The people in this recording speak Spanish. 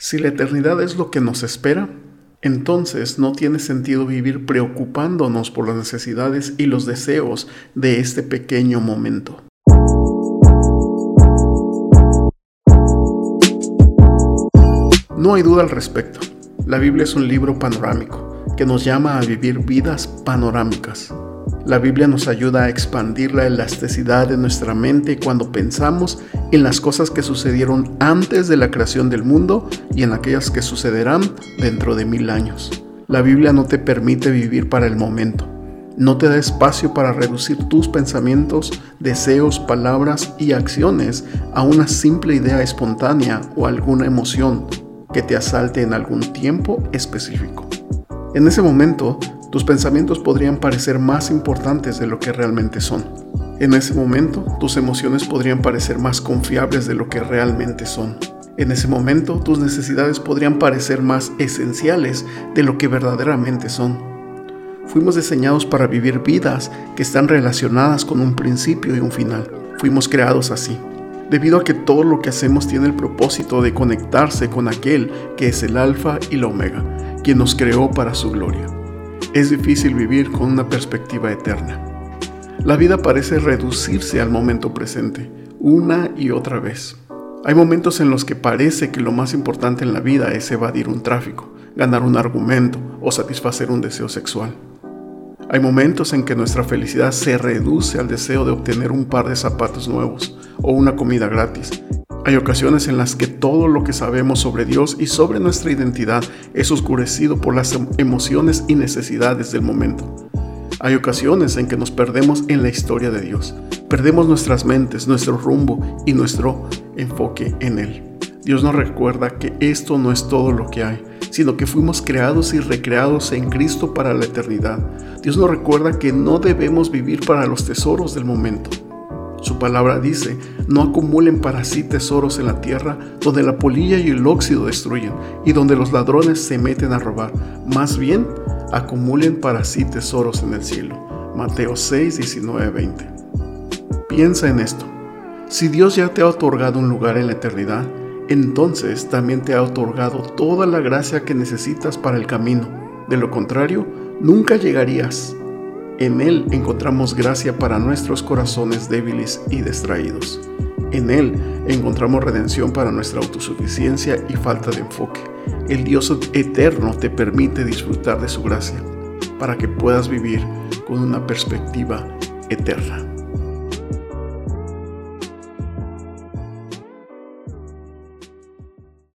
Si la eternidad es lo que nos espera, entonces no tiene sentido vivir preocupándonos por las necesidades y los deseos de este pequeño momento. No hay duda al respecto. La Biblia es un libro panorámico que nos llama a vivir vidas panorámicas. La Biblia nos ayuda a expandir la elasticidad de nuestra mente cuando pensamos en las cosas que sucedieron antes de la creación del mundo y en aquellas que sucederán dentro de 1000 años. La Biblia no te permite vivir para el momento. No te da espacio para reducir tus pensamientos, deseos, palabras y acciones a una simple idea espontánea o alguna emoción que te asalte en algún tiempo específico. En ese momento, tus pensamientos podrían parecer más importantes de lo que realmente son. En ese momento, tus emociones podrían parecer más confiables de lo que realmente son. En ese momento, tus necesidades podrían parecer más esenciales de lo que verdaderamente son. Fuimos diseñados para vivir vidas que están relacionadas con un principio y un final. Fuimos creados así, debido a que todo lo que hacemos tiene el propósito de conectarse con aquel que es el Alfa y la Omega, quien nos creó para su gloria. Es difícil vivir con una perspectiva eterna. La vida parece reducirse al momento presente, una y otra vez. Hay momentos en los que parece que lo más importante en la vida es evadir un tráfico, ganar un argumento o satisfacer un deseo sexual. Hay momentos en que nuestra felicidad se reduce al deseo de obtener un par de zapatos nuevos o una comida gratis. Hay ocasiones en las que todo lo que sabemos sobre Dios y sobre nuestra identidad es oscurecido por las emociones y necesidades del momento. Hay ocasiones en que nos perdemos en la historia de Dios. Perdemos nuestras mentes, nuestro rumbo y nuestro enfoque en Él. Dios nos recuerda que esto no es todo lo que hay, sino que fuimos creados y recreados en Cristo para la eternidad. Dios nos recuerda que no debemos vivir para los tesoros del momento. Su palabra dice: no acumulen para sí tesoros en la tierra, donde la polilla y el óxido destruyen, y donde los ladrones se meten a robar. Más bien, acumulen para sí tesoros en el cielo. Mateo 6, 19, 20. Piensa en esto. Si Dios ya te ha otorgado un lugar en la eternidad, entonces también te ha otorgado toda la gracia que necesitas para el camino. De lo contrario, nunca llegarías. En Él encontramos gracia para nuestros corazones débiles y distraídos. En Él encontramos redención para nuestra autosuficiencia y falta de enfoque. El Dios eterno te permite disfrutar de su gracia para que puedas vivir con una perspectiva eterna.